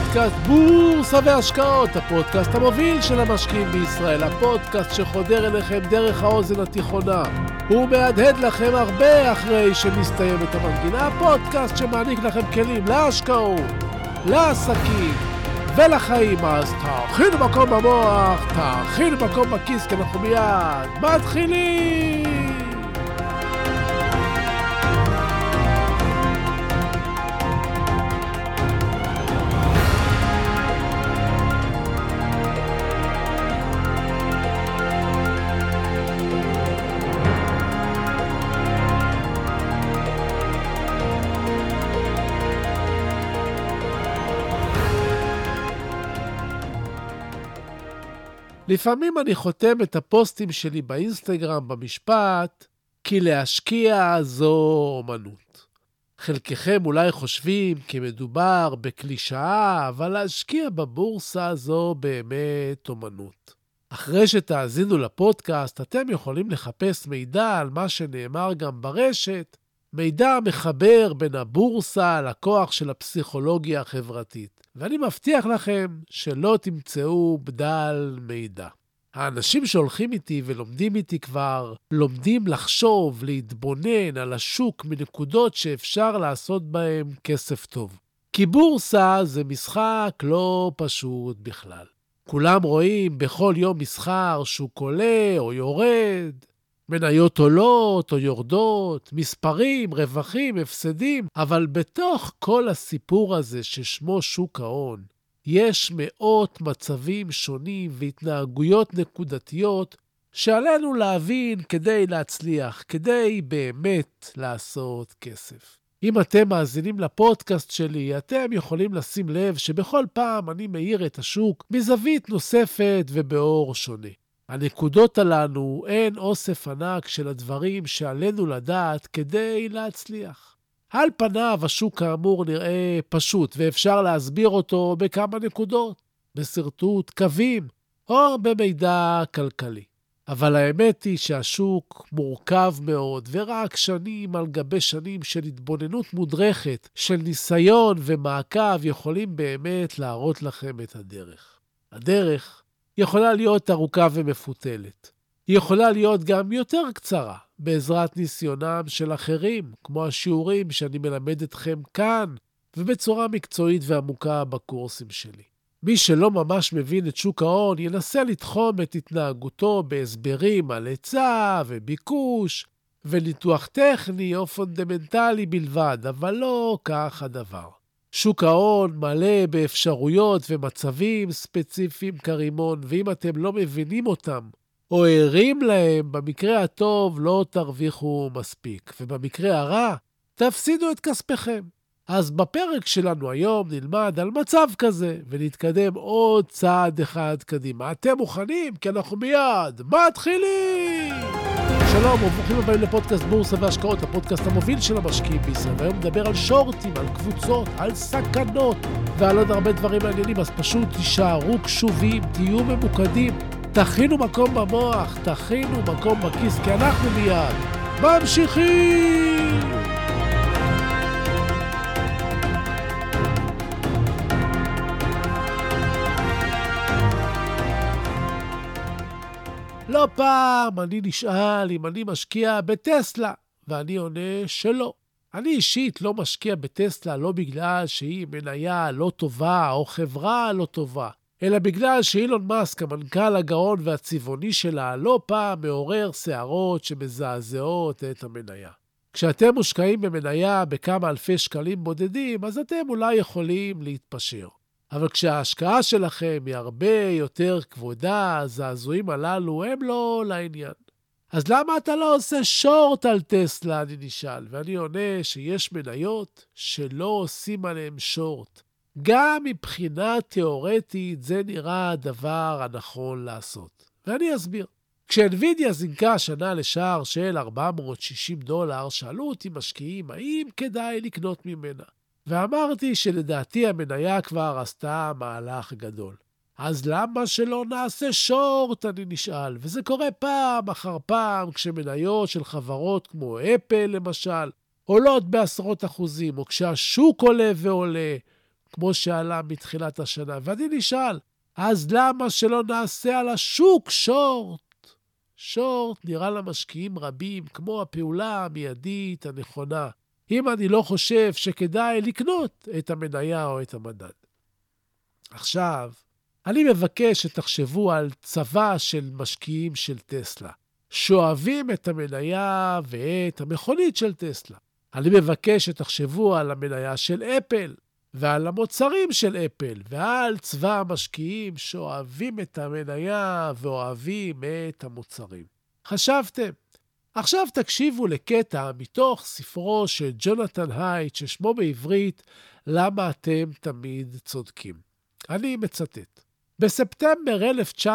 לפודקאסט בורסה והשקעות, הפודקאסט המוביל של המשקיעים בישראל, הפודקאסט שחודר אליכם דרך האוזן התיכונה. הוא מהדהד לכם הרבה אחרי שמסתיימת המנגינה, הפודקאסט שמעניק לכם כלים להשקעות, לעסקים ולחיים. אז תאכינו מקום במוח, תאכינו מקום בכיס, כי אנחנו מיד מתחילים. לפעמים אני חותם את הפוסטים שלי באינסטגרם במשפט, כי להשקיע זו אומנות. חלקכם אולי חושבים כי מדובר בקלישאה, אבל להשקיע בבורסה זו באמת אומנות. אחרי שתאזינו לפודקאסט, אתם יכולים לחפש מידע על מה שנאמר גם ברשת, מידע מחבר בין הבורסה לכוח של הפסיכולוגיה החברתית. ואני מבטיח לכם שלא תמצאו בדל מידע. האנשים שהולכים איתי ולומדים איתי כבר, לומדים לחשוב, להתבונן על השוק מנקודות שאפשר לעשות בהם כסף טוב. כי בורסה זה משחק לא פשוט בכלל. כולם רואים בכל יום מסחר שוק עולה או יורד, מניות עולות או יורדות, מספרים, רווחים, הפסדים, אבל בתוך כל הסיפור הזה ששמו שוק ההון, יש מאות מצבים שונים והתנהגויות נקודתיות שעלינו להבין כדי להצליח, כדי באמת לעשות כסף. אם אתם מאזינים לפודקאסט שלי, אתם יכולים לשים לב שבכל פעם אני מאיר את השוק מזווית נוספת ובאור שונה. הנקודות הללו הן אוסף ענק של הדברים שעלינו לדעת כדי להצליח. על פניו השוק כאמור נראה פשוט ואפשר להסביר אותו בכמה נקודות, בסרטוט קווים או במידע כלכלי. אבל האמת היא שהשוק מורכב מאוד ורק שנים על גבי שנים של התבוננות מודרכת, של ניסיון ומעקב יכולים באמת להראות לכם את הדרך. הדרך יכולה להיות ארוכה ומפותלת. היא יכולה להיות גם יותר קצרה, בעזרת ניסיונם של אחרים, כמו השיעורים שאני מלמד אתכם כאן, ובצורה מקצועית ועמוקה בקורסים שלי. מי שלא ממש מבין את שוק ההון, ינסה לתחום את התנהגותו בהסברים על היצע וביקוש, וניתוח טכני או פונדמנטלי בלבד, אבל לא כך הדבר. שוק ההון מלא באפשרויות ומצבים ספציפיים כרימון, ואם אתם לא מבינים אותם או ערים להם, במקרה הטוב לא תרוויחו מספיק, ובמקרה הרע תפסידו את כספכם. אז בפרק שלנו היום נלמד על מצב כזה, ונתקדם עוד צעד אחד קדימה. אתם מוכנים? כי אנחנו מיד מתחילים! שלום וברוכים הבאים לפודקאסט בורסה והשקעות, הפודקאסט המוביל של המשקיעים בישראל. והיום נדבר על שורטים, על קבוצות, על סכנות ועל עוד הרבה דברים מעניינים. אז פשוט תישארו קשובים, תהיו ממוקדים, תכינו מקום במוח, תכינו מקום בכיס, כי אנחנו מיד ממשיכים! לא פעם אני נשאל אם אני משקיע בטסלה, ואני עונה שלא. אני אישית לא משקיע בטסלה לא בגלל שהיא מניה לא טובה או חברה לא טובה, אלא בגלל שאילון מאסק, המנכ"ל הגאון והצבעוני שלה, לא פעם מעורר שערות שמזעזעות את המניה. כשאתם מושקעים במניה בכמה אלפי שקלים בודדים, אז אתם אולי יכולים להתפשר. אבל כשההשקעה שלכם היא הרבה יותר כבודה, הזעזועים הללו הם לא לעניין. אז למה אתה לא עושה שורט על טסלה, אני נשאל, ואני עונה שיש מניות שלא עושים עליהם שורט. גם מבחינה תיאורטית זה נראה הדבר הנכון לעשות. ואני אסביר. כשאנווידיה זינקה השנה לשער של $460, שאלו אותי משקיעים האם כדאי לקנות ממנה. ואמרתי שלדעתי המניה כבר עשתה מהלך גדול. אז למה שלא נעשה שורט, אני נשאל. וזה קורה פעם אחר פעם כשמניות של חברות כמו אפל למשל, עולות בעשרות אחוזים, או כשהשוק עולה ועולה, כמו שעלה מתחילת השנה. ואני נשאל, אז למה שלא נעשה על השוק שורט? שורט נראה למשקיעים רבים כמו הפעולה המיידית הנכונה, אם אני לא חושב שכדאי לקנות את המניה או את המדד. עכשיו, אני מבקש שתחשבו על צבא של משקיעים של טסלה, שאוהבים את המניה ואת המכונית של טסלה. אני מבקש שתחשבו על המניה של אפל, ועל המוצרים של אפל, ועל צבא המשקיעים שאוהבים את המניה ואוהבים את המוצרים. חשבתם? עכשיו תקשיבו לקטע מתוך ספרו של ג'ונתן הייט, ששמו בעברית, למה אתם תמיד צודקים. אני מצטט. בספטמבר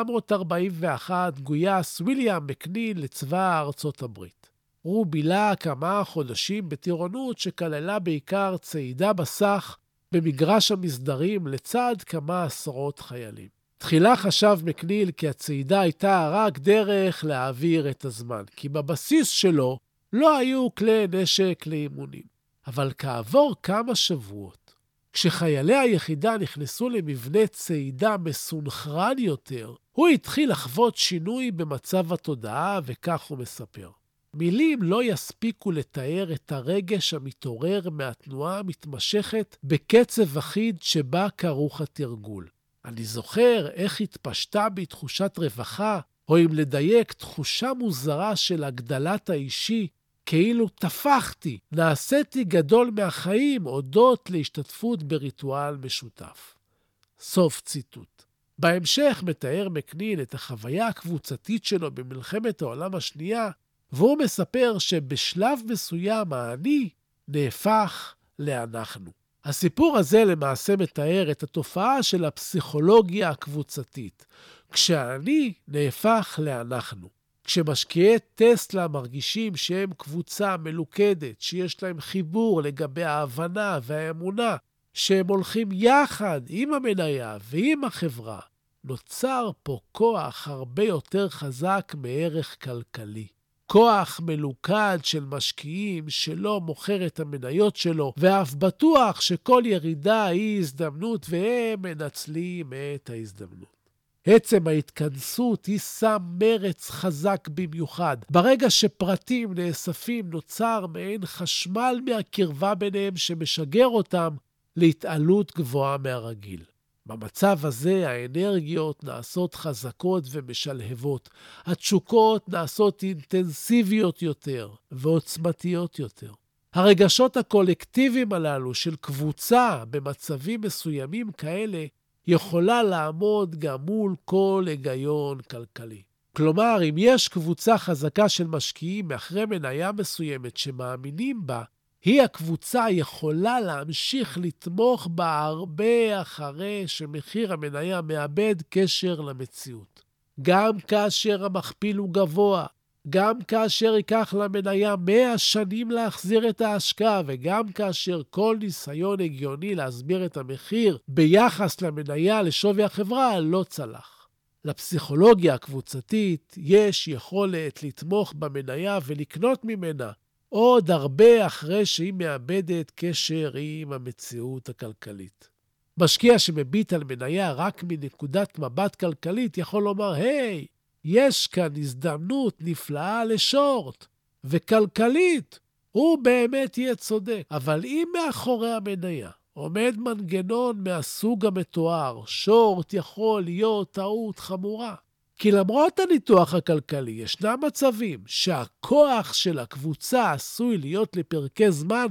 1941 גויס ויליאם מקניל לצבא ארצות הברית. הוא בילה כמה חודשים בטירונות שכללה בעיקר צעידה בסך במגרש המסדרים לצד כמה עשרות חיילים. תחילה חשב מקניל כי הצעידה הייתה רק דרך להעביר את הזמן, כי בבסיס שלו לא היו כלי נשק לאימונים. אבל כעבור כמה שבועות, כשחיילי היחידה נכנסו למבנה צעידה מסונכרן יותר, הוא התחיל לחוות שינוי במצב התודעה, וכך הוא מספר. מילים לא יספיקו לתאר את הרגש המתעורר מהתנועה המתמשכת בקצב אחיד שבה כרוך התרגול. אני זוכר איך התפשטה בי תחושת רווחה, או אם לדייק תחושה מוזרה של הגדלת האישי, כאילו תפחתי, נעשיתי גדול מהחיים הודות להשתתפות בריטואל משותף. סוף ציטוט. בהמשך מתאר מקניל את החוויה הקבוצתית שלו במלחמת העולם השנייה, והוא מספר שבשלב מסוים האני נהפך לאנחנו. הסיפור הזה למעשה מתאר את התופעה של הפסיכולוגיה הקבוצתית, כשהאני נהפך לאנחנו. כשמשקיעי טסלה מרגישים שהם קבוצה מלוכדת, שיש להם חיבור לגבי ההבנה והאמונה, שהם הולכים יחד עם המניה ועם החברה, נוצר פה כוח הרבה יותר חזק מערך כלכלי. כוח מלוכד של משקיעים שלא מוכר את המניות שלו, ואף בטוח שכל ירידה היא הזדמנות והם מנצלים את ההזדמנות. עצם ההתכנסות היא שם מרץ חזק במיוחד. ברגע שפרטים נאספים נוצר מעין חשמל מהקרבה ביניהם שמשגר אותם להתעלות גבוהה מהרגיל. במצב הזה האנרגיות נעשות חזקות ומשלהבות. התשוקות נעשות אינטנסיביות יותר ועוצמתיות יותר. הרגשות הקולקטיביים הללו של קבוצה במצבים מסוימים כאלה יכולה לעמוד גם מול כל היגיון כלכלי. כלומר, אם יש קבוצה חזקה של משקיעים מאחרי מניה מסוימת שמאמינים בה, היא הקבוצה יכולה להמשיך לתמוך בה הרבה אחרי שמחיר המניה מאבד קשר למציאות. גם כאשר המכפיל הוא גבוה, גם כאשר ייקח למניה 100 שנים להחזיר את ההשקעה, וגם כאשר כל ניסיון הגיוני להסביר את המחיר ביחס למניה לשווי החברה לא צלח. לפסיכולוגיה הקבוצתית יש יכולת לתמוך במניה ולקנות ממנה, עוד הרבה אחרי שהיא מאבדת קשר עם המציאות הכלכלית. משקיע שמביט על מניה רק מנקודת מבט כלכלית יכול לומר, היי, יש כאן הזדמנות נפלאה לשורט, וכלכלית הוא באמת יהיה צודק. אבל אם מאחורי המניה עומד מנגנון מהסוג המתואר, שורט יכול להיות טעות חמורה. כי למרות הניתוח הכלכלי, ישנם מצבים שהכוח של הקבוצה עשוי להיות לפרקי זמן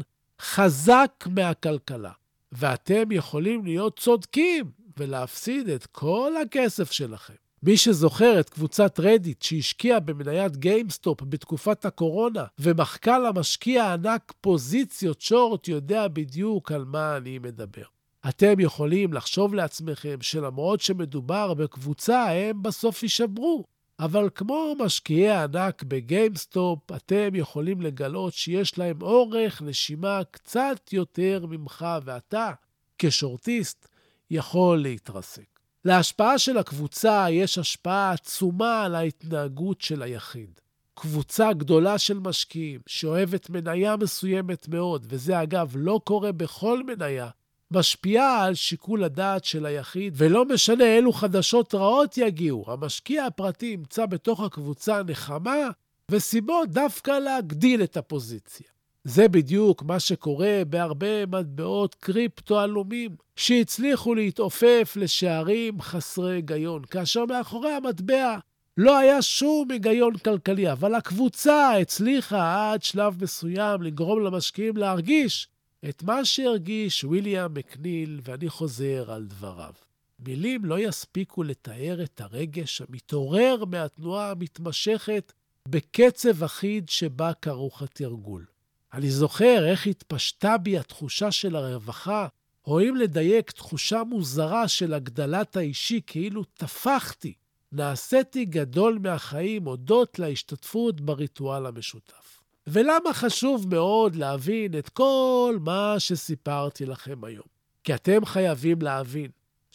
חזק מהכלכלה. ואתם יכולים להיות צודקים ולהפסיד את כל הכסף שלכם. מי שזוכר את קבוצת רדיט שהשקיעה במניית גיימסטופ בתקופת הקורונה ומחקה למשקיע ענק פוזיציות שורט יודע בדיוק על מה אני מדבר. אתם יכולים לחשוב לעצמכם שלמרות שמדובר בקבוצה הם בסוף יישברו. אבל כמו משקיעי הענק בגיימסטופ, אתם יכולים לגלות שיש להם אורך נשימה קצת יותר ממך, ואתה, כשורטיסט, יכול להתרסק. להשפעה של הקבוצה יש השפעה עצומה על ההתנהגות של היחיד. קבוצה גדולה של משקיעים שאוהבת מניה מסוימת מאוד, וזה אגב לא קורה בכל מניה, משפיעה על שיקול הדעת של היחיד, ולא משנה אילו חדשות רעות יגיעו. המשקיע הפרטי ימצא בתוך הקבוצה נחמה וסיבות דווקא להגדיל את הפוזיציה. זה בדיוק מה שקורה בהרבה מטבעות קריפטו עלומים, שהצליחו להתעופף לשערים חסרי היגיון, כאשר מאחורי המטבע לא היה שום היגיון כלכלי, אבל הקבוצה הצליחה עד שלב מסוים לגרום למשקיעים להרגיש את מה שהרגיש ויליאם מקניל, ואני חוזר על דבריו. מילים לא יספיקו לתאר את הרגש המתעורר מהתנועה המתמשכת בקצב אחיד שבה כרוך התרגול. אני זוכר איך התפשטה בי התחושה של הרווחה, או אם לדייק תחושה מוזרה של הגדלת האישי, כאילו תפחתי, נעשיתי גדול מהחיים הודות להשתתפות בריטואל המשותף. ולמה חשוב מאוד להבין את כל מה שסיפרתי לכם היום? כי אתם חייבים להבין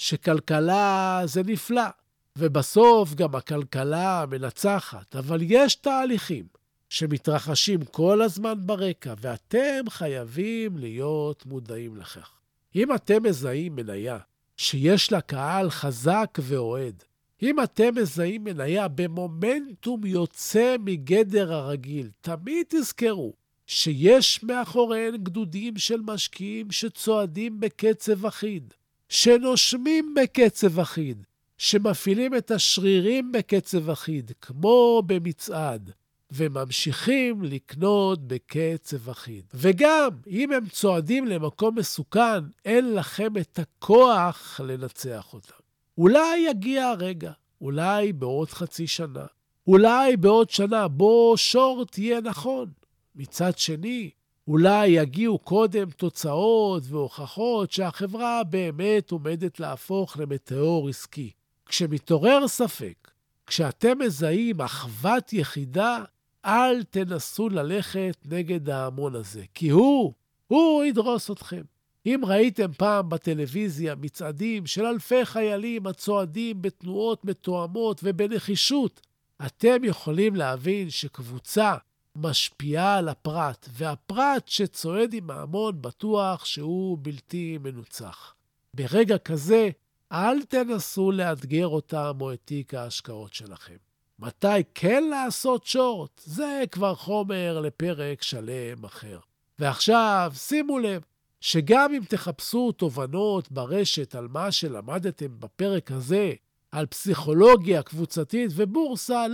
שכלכלה זה נפלא, ובסוף גם הכלכלה מנצחת, אבל יש תהליכים שמתרחשים כל הזמן ברקע, ואתם חייבים להיות מודעים לכך. אם אתם מזהים מניה שיש לה קהל חזק ואוהד, אם אתם מזהים מניה במומנטום יוצא מגדר הרגיל, תמיד תזכרו שיש מאחוריהן גדודים של משקיעים שצועדים בקצב אחיד, שנושמים בקצב אחיד, שמפעילים את השרירים בקצב אחיד, כמו במצעד, וממשיכים לקנות בקצב אחיד. וגם אם הם צועדים למקום מסוכן, אין לכם את הכוח לנצח אותם. אולי יגיע הרגע, אולי בעוד חצי שנה, אולי בעוד שנה בו שורט יהיה נכון. מצד שני, אולי יגיעו קודם תוצאות והוכחות שהחברה באמת עומדת להפוך למטאור עסקי. כשמתעורר ספק, כשאתם מזהים אחוות יחידה, אל תנסו ללכת נגד ההמון הזה, כי הוא ידרוס אתכם. אם ראיתם פעם בטלוויזיה מצעדים של אלפי חיילים הצועדים בתנועות מתואמות ובנחישות, אתם יכולים להבין שקבוצה משפיעה על הפרט, והפרט שצועד עם ההמון בטוח שהוא בלתי מנוצח. ברגע כזה, אל תנסו לאתגר אותם או את תיק ההשקעות שלכם. מתי כן לעשות שורט? זה כבר חומר לפרק שלם אחר. ועכשיו, שימו לב, שגם אם תחפשו תובנות ברשת על מה שלמדתם בפרק הזה, על פסיכולוגיה קבוצתית ובורסה,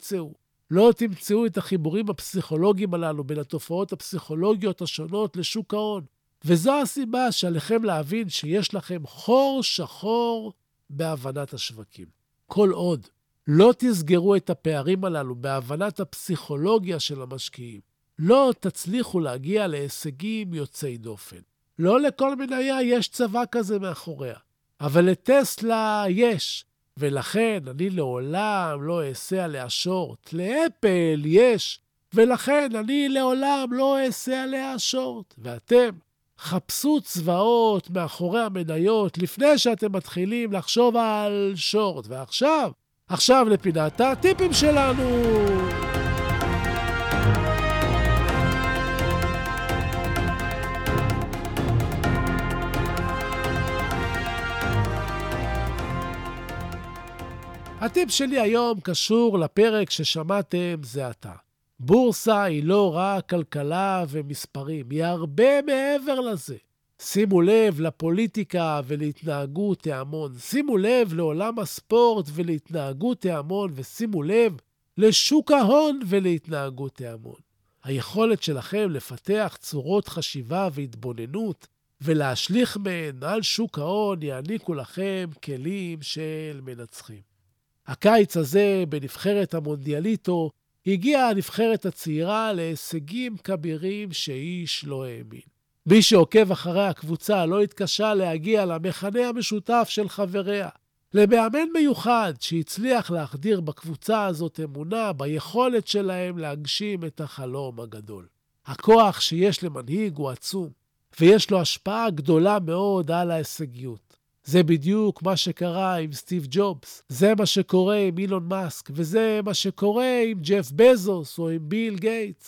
לא תמצאו את החיבורים הפסיכולוגיים הללו בין התופעות הפסיכולוגיות השונות לשוק ההון. וזו הסיבה שעליכם להבין שיש לכם חור שחור בהבנת השווקים. כל עוד לא תסגרו את הפערים הללו בהבנת הפסיכולוגיה של המשקיעים, לא תצליחו להגיע להישגים יוצאי דופן. לא לכל מניה יש צבא כזה מאחוריה, אבל לטסלה יש, ולכן אני לעולם לא אעשה עליה שורט. לאפל יש, ולכן אני לעולם לא אעשה עליה שורט. ואתם חפשו צבאות מאחורי המניות לפני שאתם מתחילים לחשוב על שורט. ועכשיו לפינת הטיפים שלנו. הטיפ שלי היום קשור לפרק ששמעתם זה עתה. בורסה היא לא רק כלכלה ומספרים, היא הרבה מעבר לזה. שימו לב לפוליטיקה ולהתנהגות ההמון, שימו לב לעולם הספורט ולהתנהגות ההמון, ושימו לב לשוק ההון ולהתנהגות ההמון. היכולת שלכם לפתח צורות חשיבה והתבוננות ולהשליך מהן על שוק ההון יעניקו לכם כלים של מנצחים. הקיץ הזה בנבחרת המונדיאליטו הגיעה הנבחרת הצעירה להישגים כבירים שאיש לא האמין. מי שעוקב אחרי הקבוצה לא התקשה להגיע למכנה המשותף של חבריה. למאמן מיוחד שהצליח להחדיר בקבוצה הזאת אמונה ביכולת שלהם להגשים את החלום הגדול. הכוח שיש למנהיג הוא עצום, ויש לו השפעה גדולה מאוד על ההישגיות. זה בדיוק מה שקרה עם סטיב ג'ובס, זה מה שקורה עם אילון מאסק, וזה מה שקורה עם ג'ף בזוס או עם ביל גייטס.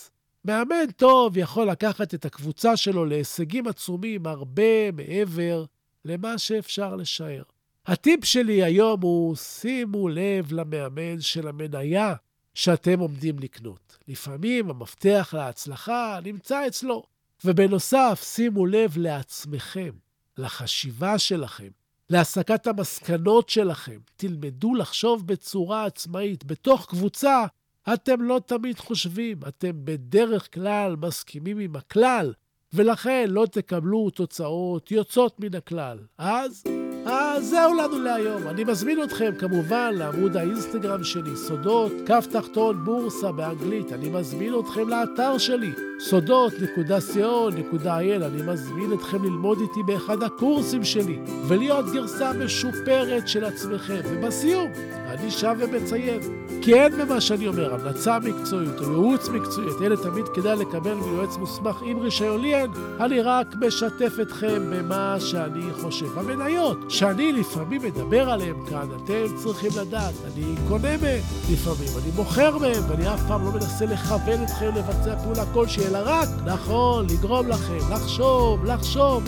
מאמן טוב יכול לקחת את הקבוצה שלו להישגים עצומים הרבה מעבר למה שאפשר לשער. הטיפ שלי היום הוא, שימו לב למאמן של המניה שאתם עומדים לקנות. לפעמים המפתח להצלחה נמצא אצלו. ובנוסף, שימו לב לעצמכם, לחשיבה שלכם, להסקת המסקנות שלכם. תלמדו לחשוב בצורה עצמאית. בתוך קבוצה אתם לא תמיד חושבים, אתם בדרך כלל מסכימים עם הכלל, ולכן לא תקבלו תוצאות יוצאות מן הכלל. אז זהו לנו להיום. אני מזמין אתכם כמובן לעמוד האינסטגרם שלי, סודות, _ בורסה באנגלית. אני מזמין אתכם לאתר שלי, סודות.co.il. אני מזמין אתכם ללמוד איתי באחד הקורסים שלי, ולהיות גרסה משופרת של עצמכם. ובסיום, אני שב ומציין, כי אין במה שאני אומר, המלצה מקצועית או ייעוץ מקצועית, אלה תמיד כדאי לקבל מיועץ מוסמך עם רישיון. לי אין, אני רק משתף אתכם במה שאני חושב. המניות שאני לפעמים מדבר עליהם כאן, אתם צריכים לדעת, אני קונה מהם לפעמים, אני מוכר מהם, ואני אף פעם לא מנסה לכוון אתכם לבצע פעולה כלשהי, אלא רק, נכון, לגרום לכם, לחשוב.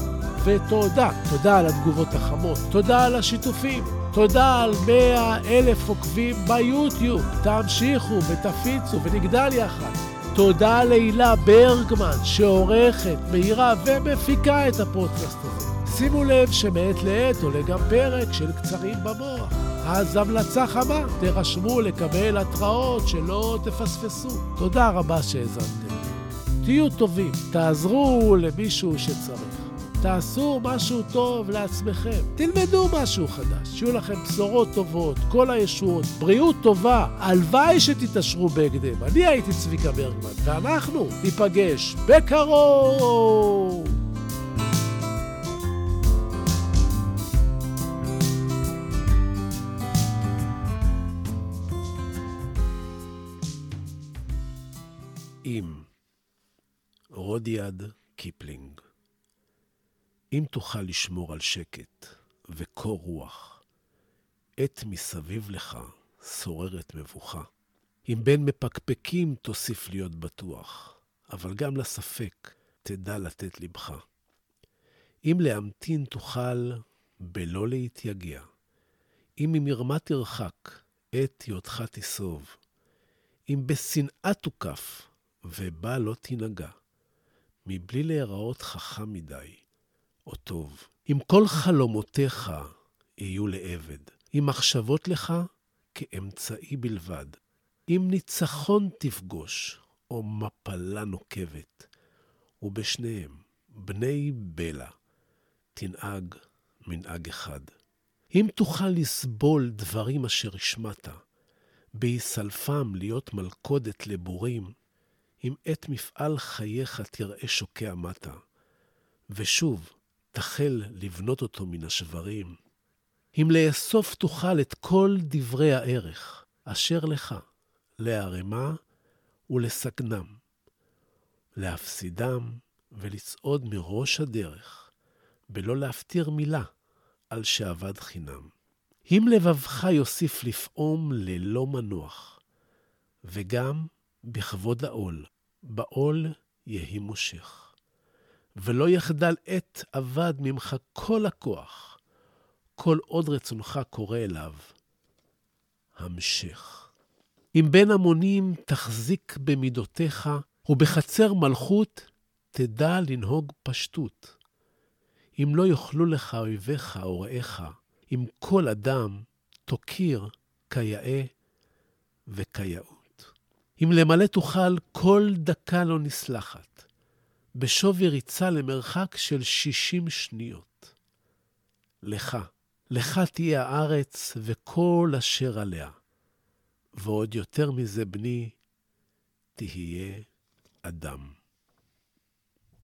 ותודה על התגובות החמות, תודה על השיתופים, תודה על 100,000 עוקבים ביוטיוב. תמשיכו ותפיצו ונגדל יחד. תודה להילה ברגמן שעורכת, מהירה ומפיקה את הפודקאסט הזה. שימו לב שמעת לעת עולה גם פרק של קצרים במוח. אז המלצה חמה, תרשמו לקבל התראות שלא תפספסו. תודה רבה שהזנתם. תהיו טובים, תעזרו למישהו שצריך. תעשו משהו טוב לעצמכם. תלמדו משהו חדש. שיהיו לכם בשורות טובות, כל הישועות, בריאות טובה. הלוואי שתתעשרו בהקדם. אני הייתי צביקה ברגמן, ואנחנו ניפגש בקרוב. אם רודיעד קיפלינג. אם תוכל לשמור על שקט וקור רוח, עת מסביב לך שוררת מבוכה. אם בין מפקפקים תוסיף להיות בטוח, אבל גם לספק תדע לתת לבך. אם להמתין תוכל בלא להתייגע, אם ממרמה תרחק, עת היותך תסוב, אם בשנאה תוקף ובה לא תנגע, מבלי להיראות חכם מדי, או טוב. אם כל חלומותיך יהיו לעבד, אם מחשבות לך כאמצעי בלבד, אם ניצחון תפגוש, או מפלה נוקבת, ובשניהם, בני בלה, תנהג מנהג אחד. אם תוכל לסבול דברים אשר השמעת, ביסלפם להיות מלכודת לבורים, אם עת מפעל חייך תראה שוקע מטה, ושוב תחל לבנות אותו מן השברים, אם לאסוף תוכל את כל דברי הערך, אשר לך, להרמה ולסגנם, להפסידם ולצעוד מראש הדרך, בלא להפתיר מילה על שעבד חינם. אם לבבך יוסיף לפעום ללא מנוח, וגם בכבוד העול, בעול יהי מושך. ולא יחדל עת עבד ממך כל הכוח, כל עוד רצונך קורא אליו, המשך. אם בין המונים תחזיק במידותיך, ובחצר מלכות תדע לנהוג פשטות. אם לא יוכלו לך אויביך או רעיך, אם כל אדם תוקיר כיאה וכיאות. אם למלא תוכל כל דקה לא נסלחת, בשווי ריצה למרחק של 60 שניות. לך תהיה הארץ וכל אשר עליה, ועוד יותר מזה בני, תהיה אדם.